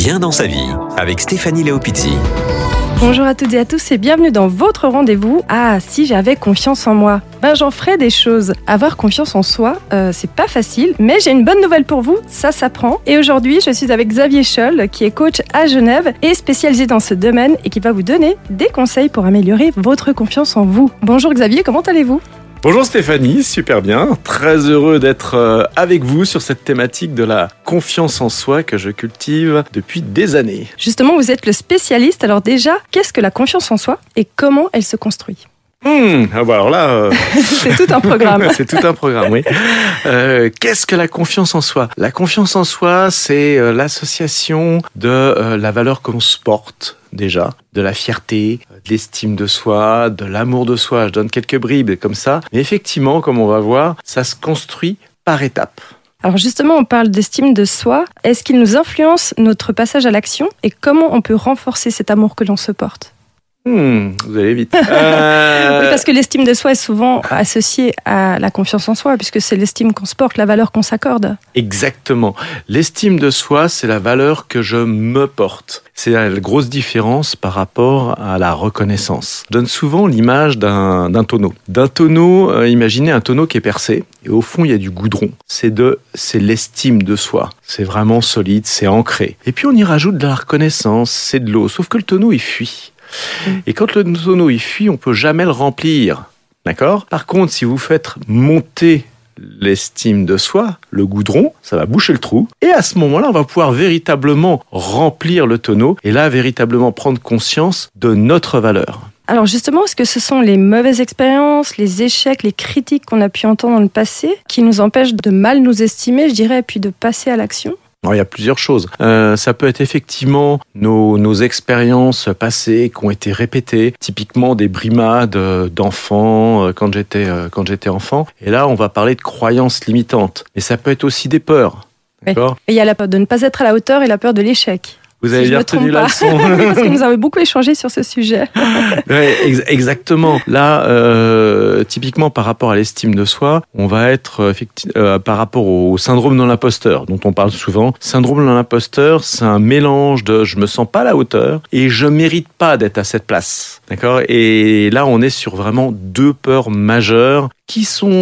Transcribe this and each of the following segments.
Bien dans sa vie, avec Stéphanie Leopizzi. Bonjour à toutes et à tous et bienvenue dans votre rendez-vous. Ah, si j'avais confiance en moi, j'en ferais des choses. Avoir confiance en soi, c'est pas facile, mais j'ai une bonne nouvelle pour vous, ça s'apprend. Et aujourd'hui, je suis avec Xavier Scholl, qui est coach à Genève et spécialisé dans ce domaine et qui va vous donner des conseils pour améliorer votre confiance en vous. Bonjour Xavier, comment allez-vous ? Bonjour Stéphanie, super bien. Très heureux d'être avec vous sur cette thématique de la confiance en soi que je cultive depuis des années. Justement, vous êtes le spécialiste. Alors déjà, qu'est-ce que la confiance en soi et comment elle se construit ? Alors là... C'est tout un programme. C'est tout un programme, oui. Qu'est-ce que la confiance en soi ? La confiance en soi, c'est l'association de la valeur que l'on se porte, déjà, de la fierté, de l'estime de soi, de l'amour de soi. Je donne quelques bribes comme ça. Mais effectivement, comme on va voir, ça se construit par étapes. Alors justement, on parle d'estime de soi. Est-ce qu'il nous influence notre passage à l'action et comment on peut renforcer cet amour que l'on se porte ? Vous allez vite. Oui, parce que l'estime de soi est souvent associée à la confiance en soi, puisque c'est l'estime qu'on se porte, la valeur qu'on s'accorde. Exactement. L'estime de soi, c'est la valeur que je me porte. C'est la grosse différence par rapport à la reconnaissance. Je donne souvent l'image d'un tonneau. Imaginez un tonneau qui est percé, et au fond, il y a du goudron. C'est l'estime de soi. C'est vraiment solide, c'est ancré. Et puis on y rajoute de la reconnaissance, c'est de l'eau. Sauf que le tonneau, il fuit. Et quand le tonneau il fuit, on peut jamais le remplir, d'accord ? Par contre, si vous faites monter l'estime de soi, le goudron, ça va boucher le trou. Et à ce moment-là, on va pouvoir véritablement remplir le tonneau et là, véritablement prendre conscience de notre valeur. Alors justement, est-ce que ce sont les mauvaises expériences, les échecs, les critiques qu'on a pu entendre dans le passé qui nous empêchent de mal nous estimer, je dirais, et puis de passer à l'action ? Alors, il y a plusieurs choses. Ça peut être effectivement nos expériences passées qui ont été répétées, typiquement des brimades d'enfants quand j'étais enfant. Et là, on va parler de croyances limitantes. Mais ça peut être aussi des peurs. D'accord ? Et il y a la peur de ne pas être à la hauteur et la peur de l'échec. Vous avez bien retenu la leçon. Parce que nous avons beaucoup échangé sur ce sujet. Ouais, exactement. Là, typiquement par rapport à l'estime de soi, on va être par rapport au syndrome de l'imposteur dont on parle souvent. Syndrome de l'imposteur, c'est un mélange de je me sens pas à la hauteur et je mérite pas d'être à cette place. D'accord ? Et là, on est sur vraiment deux peurs majeures qui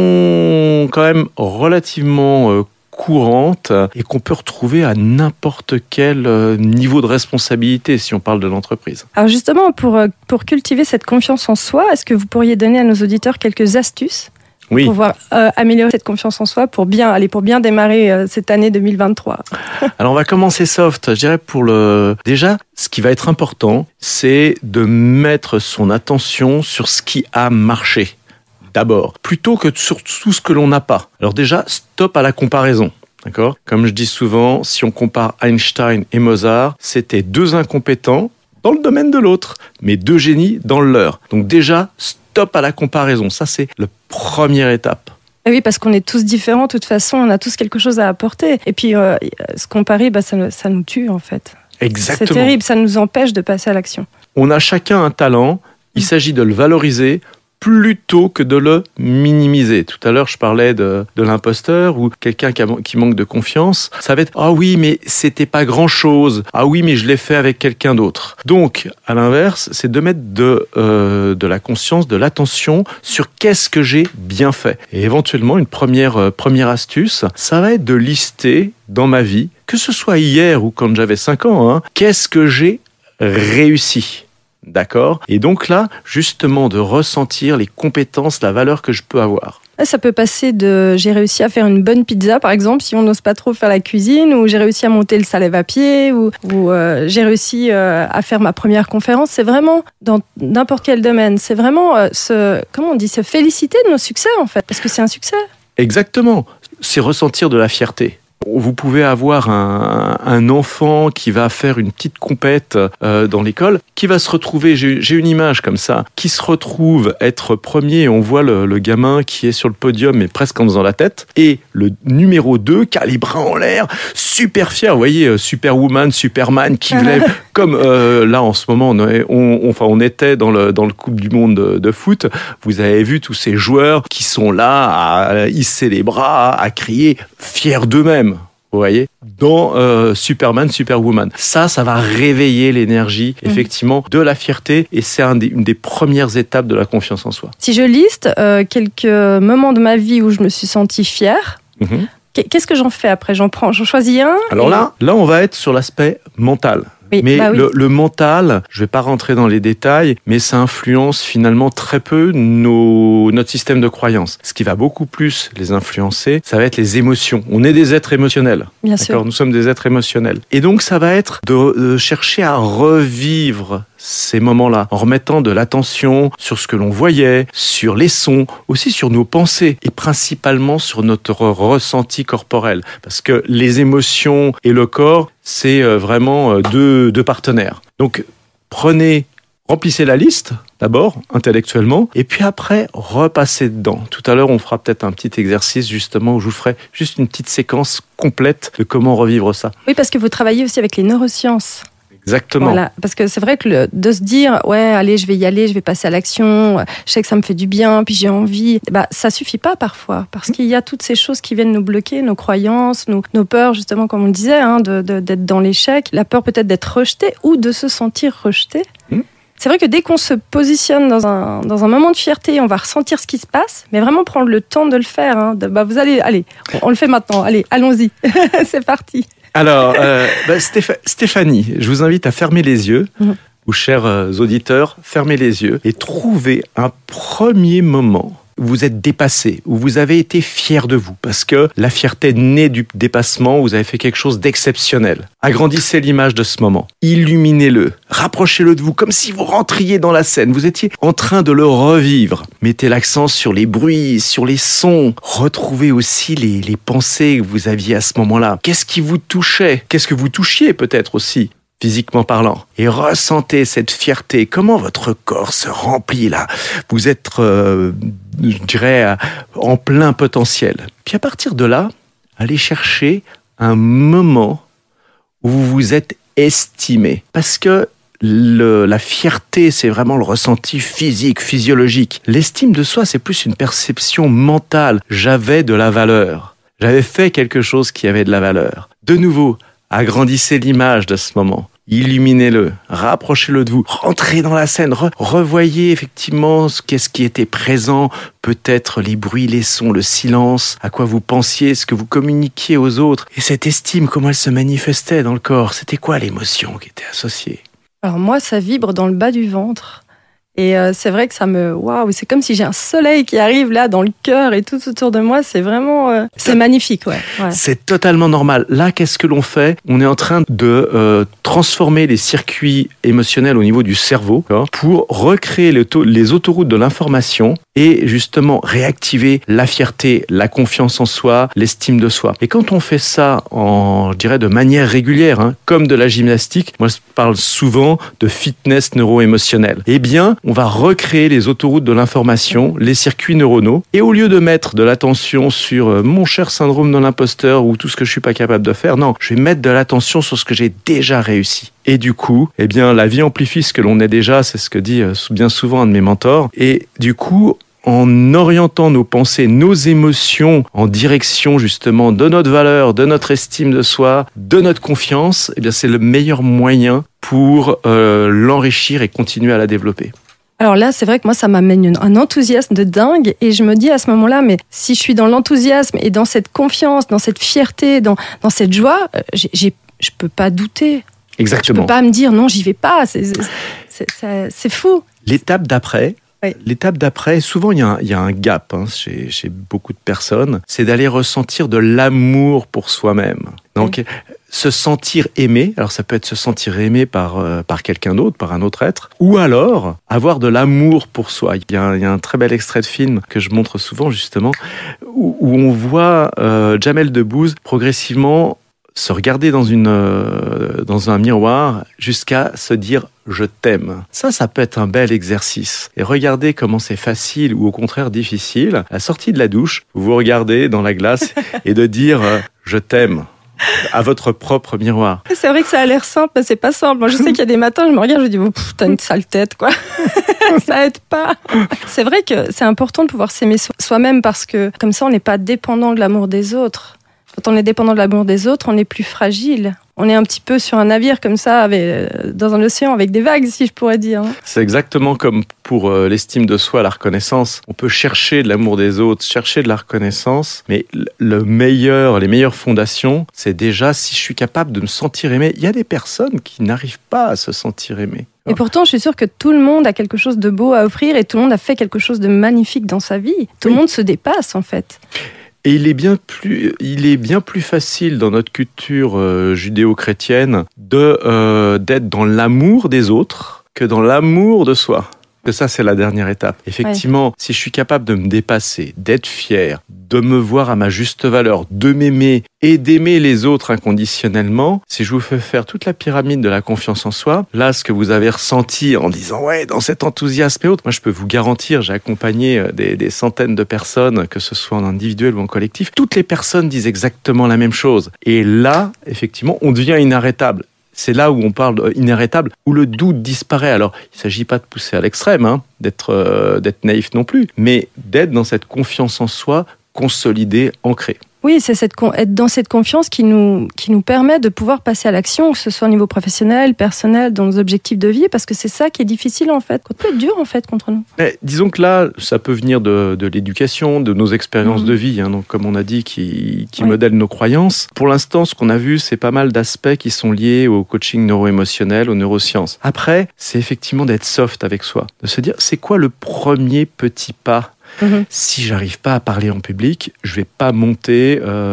sont quand même relativement courante et qu'on peut retrouver à n'importe quel niveau de responsabilité si on parle de l'entreprise. Alors justement, pour cultiver cette confiance en soi, est-ce que vous pourriez donner à nos auditeurs quelques astuces pour pouvoir améliorer cette confiance en soi pour bien démarrer cette année 2023 ? Alors on va commencer soft. Je dirais déjà, ce qui va être important, c'est de mettre son attention sur ce qui a marché. D'abord, plutôt que sur tout ce que l'on n'a pas. Alors déjà, stop à la comparaison. D'accord ? Comme je dis souvent, si on compare Einstein et Mozart, c'était deux incompétents dans le domaine de l'autre, mais deux génies dans le leur. Donc déjà, stop à la comparaison. Ça, c'est la première étape. Et oui, parce qu'on est tous différents, de toute façon, on a tous quelque chose à apporter. Et puis, se comparer, ça nous tue, en fait. Exactement. C'est terrible, ça nous empêche de passer à l'action. On a chacun un talent, il s'agit de le valoriser, plutôt que de le minimiser. Tout à l'heure, je parlais de l'imposteur ou quelqu'un qui manque de confiance. Ça va être « Ah oui, mais c'était pas grand-chose. Ah oui, mais je l'ai fait avec quelqu'un d'autre. » Donc, à l'inverse, c'est de mettre de la conscience, de l'attention sur qu'est-ce que j'ai bien fait. Et éventuellement, une première astuce, ça va être de lister dans ma vie, que ce soit hier ou quand j'avais 5 ans, qu'est-ce que j'ai réussi. D'accord ? Et donc là, justement, de ressentir les compétences, la valeur que je peux avoir. Ça peut passer de j'ai réussi à faire une bonne pizza, par exemple, si on n'ose pas trop faire la cuisine, ou j'ai réussi à monter le Salève à pied, ou j'ai réussi à faire ma première conférence. C'est vraiment dans n'importe quel domaine. C'est vraiment se féliciter de nos succès, en fait, parce que c'est un succès. Exactement. C'est ressentir de la fierté. Vous pouvez avoir un enfant qui va faire une petite compète dans l'école, qui va se retrouver, j'ai une image comme ça, qui se retrouve être premier, on voit le gamin qui est sur le podium mais presque en faisant la tête, et le numéro 2 qui a les bras en l'air, super fier, vous voyez, Superwoman, Superman, qui lève, comme là en ce moment on était dans le Coupe du Monde de foot, vous avez vu tous ces joueurs qui sont là à hisser les bras, à crier, fiers d'eux-mêmes. vous voyez, dans Superman, Superwoman. Ça va réveiller l'énergie, effectivement, de la fierté, et c'est une des premières étapes de la confiance en soi. Si je liste quelques moments de ma vie où je me suis sentie fière, qu'est-ce que j'en fais après ? J'en choisis un. Alors là, on va être sur l'aspect mental. Oui, mais oui. le mental, je ne vais pas rentrer dans les détails, mais ça influence finalement très peu notre système de croyance. Ce qui va beaucoup plus les influencer, ça va être les émotions. On est des êtres émotionnels. Bien sûr. Nous sommes des êtres émotionnels. Et donc ça va être de chercher à revivre ces moments-là, en remettant de l'attention sur ce que l'on voyait, sur les sons, aussi sur nos pensées, et principalement sur notre ressenti corporel. Parce que les émotions et le corps, c'est vraiment deux partenaires. Donc, remplissez la liste, d'abord, intellectuellement, et puis après, repassez dedans. Tout à l'heure, on fera peut-être un petit exercice, justement, où je vous ferai juste une petite séquence complète de comment revivre ça. Oui, parce que vous travaillez aussi avec les neurosciences. Exactement. Voilà, parce que c'est vrai que de se dire, ouais, allez, je vais y aller, je vais passer à l'action, je sais que ça me fait du bien, puis j'ai envie, ça suffit pas parfois, parce qu'il y a toutes ces choses qui viennent nous bloquer, nos croyances, nos peurs, justement, comme on le disait, d'être dans l'échec, la peur peut-être d'être rejeté ou de se sentir rejeté. C'est vrai que dès qu'on se positionne dans un moment de fierté, on va ressentir ce qui se passe, mais vraiment prendre le temps de le faire. Vous allez, on le fait maintenant, allez, allons-y, c'est parti. Alors, Stéphanie, je vous invite à fermer les yeux, ou chers auditeurs, fermez les yeux et trouvez un premier moment où vous êtes dépassé, où vous avez été fier de vous, parce que la fierté naît du dépassement, vous avez fait quelque chose d'exceptionnel. Agrandissez l'image de ce moment, illuminez-le, rapprochez-le de vous, comme si vous rentriez dans la scène, vous étiez en train de le revivre. Mettez l'accent sur les bruits, sur les sons, retrouvez aussi les pensées que vous aviez à ce moment-là. Qu'est-ce qui vous touchait ? Qu'est-ce que vous touchiez peut-être aussi ? Physiquement parlant, et ressentez cette fierté, comment votre corps se remplit là, vous êtes, je dirais, en plein potentiel. Puis à partir de là, allez chercher un moment où vous vous êtes estimé, parce que la fierté, c'est vraiment le ressenti physique, physiologique. L'estime de soi, c'est plus une perception mentale. J'avais de la valeur, j'avais fait quelque chose qui avait de la valeur. De nouveau, agrandissez l'image de ce moment, illuminez-le, rapprochez-le de vous, rentrez dans la scène, revoyez effectivement qu'est-ce qui était présent, peut-être les bruits, les sons, le silence, à quoi vous pensiez, ce que vous communiquiez aux autres. Et cette estime, comment elle se manifestait dans le corps, c'était quoi l'émotion qui était associée ? Alors moi, ça vibre dans le bas du ventre. Et c'est vrai que waouh, c'est comme si j'ai un soleil qui arrive là dans le cœur et tout autour de moi. C'est vraiment, c'est magnifique, ouais. C'est totalement normal. Là, qu'est-ce que l'on fait ? On est en train de transformer les circuits émotionnels au niveau du cerveau pour recréer les autoroutes de l'information et justement réactiver la fierté, la confiance en soi, l'estime de soi. Et quand on fait ça, je dirais de manière régulière, comme de la gymnastique, moi je parle souvent de fitness neuro-émotionnel. Eh bien, on va recréer les autoroutes de l'information, les circuits neuronaux, et au lieu de mettre de l'attention sur mon cher syndrome de l'imposteur ou tout ce que je suis pas capable de faire, non, je vais mettre de l'attention sur ce que j'ai déjà réussi. Et du coup, eh bien, la vie amplifie ce que l'on est déjà, c'est ce que dit bien souvent un de mes mentors. Et du coup, en orientant nos pensées, nos émotions en direction justement de notre valeur, de notre estime de soi, de notre confiance, eh bien, c'est le meilleur moyen pour l'enrichir et continuer à la développer. Alors là, c'est vrai que moi, ça m'amène un enthousiasme de dingue et je me dis à ce moment-là, mais si je suis dans l'enthousiasme et dans cette confiance, dans cette fierté, dans cette joie, je peux pas douter. Exactement. Je peux pas me dire non, j'y vais pas. C'est fou. L'étape d'après, oui. Souvent il y a un gap chez beaucoup de personnes, c'est d'aller ressentir de l'amour pour soi-même. Donc, oui. Se sentir aimé, alors ça peut être se sentir aimé par quelqu'un d'autre, par un autre être, ou alors avoir de l'amour pour soi. Il y a un très bel extrait de film que je montre souvent justement, où on voit Jamel Debbouze progressivement se regarder dans un miroir jusqu'à se dire « je t'aime ». Ça peut être un bel exercice. Et regardez comment c'est facile ou au contraire difficile. À la sortie de la douche, vous vous regardez dans la glace et de dire « je t'aime ». À votre propre miroir. C'est vrai que ça a l'air simple, mais c'est pas simple. Moi, je sais qu'il y a des matins, je me regarde, je me dis, t'as une sale tête, quoi. Ça aide pas. C'est vrai que c'est important de pouvoir s'aimer soi-même parce que comme ça, on n'est pas dépendant de l'amour des autres. Quand on est dépendant de l'amour des autres, on est plus fragile. On est un petit peu sur un navire comme ça, dans un océan avec des vagues, si je pourrais dire. C'est exactement comme pour l'estime de soi, la reconnaissance. On peut chercher de l'amour des autres, chercher de la reconnaissance, mais les meilleures fondations, c'est déjà si je suis capable de me sentir aimé. Il y a des personnes qui n'arrivent pas à se sentir aimées. Et pourtant, je suis sûre que tout le monde a quelque chose de beau à offrir et tout le monde a fait quelque chose de magnifique dans sa vie. Tout le monde se dépasse, en fait. Et il est bien plus facile dans notre culture judéo-chrétienne d'être dans l'amour des autres que dans l'amour de soi. Que ça, c'est la dernière étape. Effectivement, si je suis capable de me dépasser, d'être fier, de me voir à ma juste valeur, de m'aimer et d'aimer les autres inconditionnellement, si je vous fais faire toute la pyramide de la confiance en soi, là, ce que vous avez ressenti en disant « ouais, dans cet enthousiasme et autres », moi, je peux vous garantir, j'ai accompagné des centaines de personnes, que ce soit en individuel ou en collectif, toutes les personnes disent exactement la même chose. Et là, effectivement, on devient inarrêtable. C'est là où on parle d'inarrêtable, où le doute disparaît. Alors, il ne s'agit pas de pousser à l'extrême, d'être naïf non plus, mais d'être dans cette confiance en soi, consolidée, ancrée. Oui, c'est être dans cette confiance qui nous permet de pouvoir passer à l'action, que ce soit au niveau professionnel, personnel, dans nos objectifs de vie, parce que c'est ça qui est difficile en fait, qui peut être dur en fait contre nous. Mais disons que là, ça peut venir de l'éducation, de nos expériences de vie, donc comme on a dit, qui modèlent nos croyances. Pour l'instant, ce qu'on a vu, c'est pas mal d'aspects qui sont liés au coaching neuro-émotionnel, aux neurosciences. Après, c'est effectivement d'être soft avec soi, de se dire, c'est quoi le premier petit pas ? Si j'arrive pas à parler en public, je vais pas monter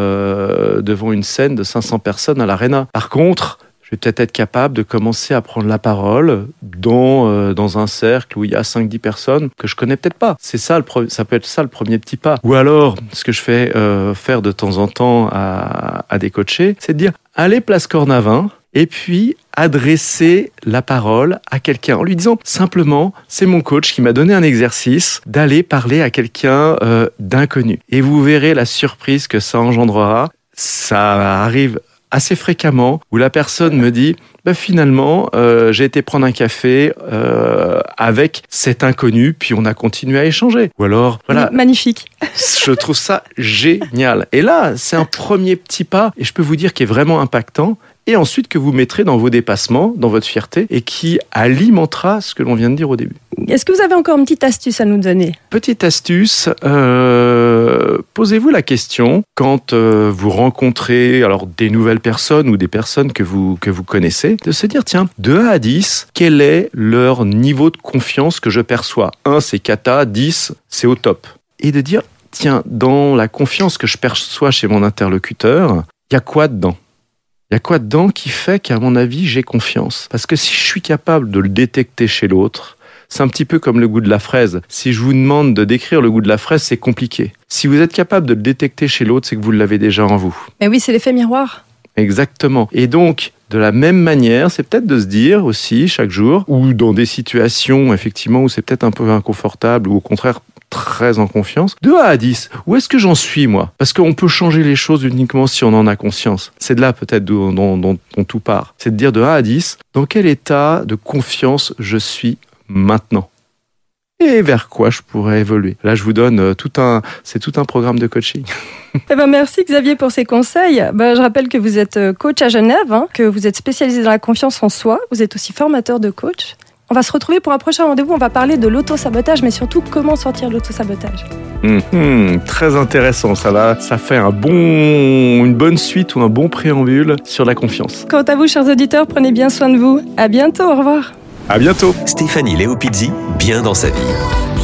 devant une scène de 500 personnes à l'Arena. Par contre, je vais peut-être être capable de commencer à prendre la parole dans un cercle où il y a 5-10 personnes que je connais peut-être pas. C'est ça, ça peut être ça le premier petit pas. Ou alors, ce que je fais faire de temps en temps à des coachés, c'est de dire, allez place Cornavin, et puis adresser la parole à quelqu'un en lui disant simplement, c'est mon coach qui m'a donné un exercice d'aller parler à quelqu'un d'inconnu. Et vous verrez la surprise que ça engendrera. Ça arrive assez fréquemment où la personne me dit finalement j'ai été prendre un café avec cet inconnu puis on a continué à échanger. Ou alors voilà, magnifique. Je trouve ça génial. Et là, c'est un premier petit pas et je peux vous dire qu'il est vraiment impactant. Et ensuite que vous mettrez dans vos dépassements, dans votre fierté, et qui alimentera ce que l'on vient de dire au début. Est-ce que vous avez encore une petite astuce à nous donner ? Petite astuce, posez-vous la question quand vous rencontrez alors, des nouvelles personnes ou des personnes que vous connaissez, de se dire, tiens, de 1 à 10, quel est leur niveau de confiance que je perçois ? 1, c'est cata, 10, c'est au top. Et de dire, tiens, dans la confiance que je perçois chez mon interlocuteur, il y a quoi dedans ? Il y a quoi dedans qui fait qu'à mon avis, j'ai confiance ? Parce que si je suis capable de le détecter chez l'autre, c'est un petit peu comme le goût de la fraise. Si je vous demande de décrire le goût de la fraise, c'est compliqué. Si vous êtes capable de le détecter chez l'autre, c'est que vous l'avez déjà en vous. Mais oui, c'est l'effet miroir. Exactement. Et donc, de la même manière, c'est peut-être de se dire aussi, chaque jour, ou dans des situations, effectivement, où c'est peut-être un peu inconfortable, ou au contraire, très en confiance. De 1 à 10, où est-ce que j'en suis, moi ? Parce qu'on peut changer les choses uniquement si on en a conscience. C'est de là, peut-être, dont tout part. C'est de dire de 1 à 10, dans quel état de confiance je suis maintenant ? Et vers quoi je pourrais évoluer ? Là, je vous donne tout un programme de coaching. Merci Xavier pour ces conseils. Je rappelle que vous êtes coach à Genève, que vous êtes spécialisé dans la confiance en soi. Vous êtes aussi formateur de coach. On va se retrouver pour un prochain rendez-vous. On va parler de l'auto-sabotage, mais surtout comment sortir de l'auto-sabotage. Très intéressant. Ça fait une bonne suite ou un bon préambule sur la confiance. Quant à vous, chers auditeurs, prenez bien soin de vous. À bientôt. Au revoir. À bientôt. Stéphanie Léopizzi, bien dans sa vie.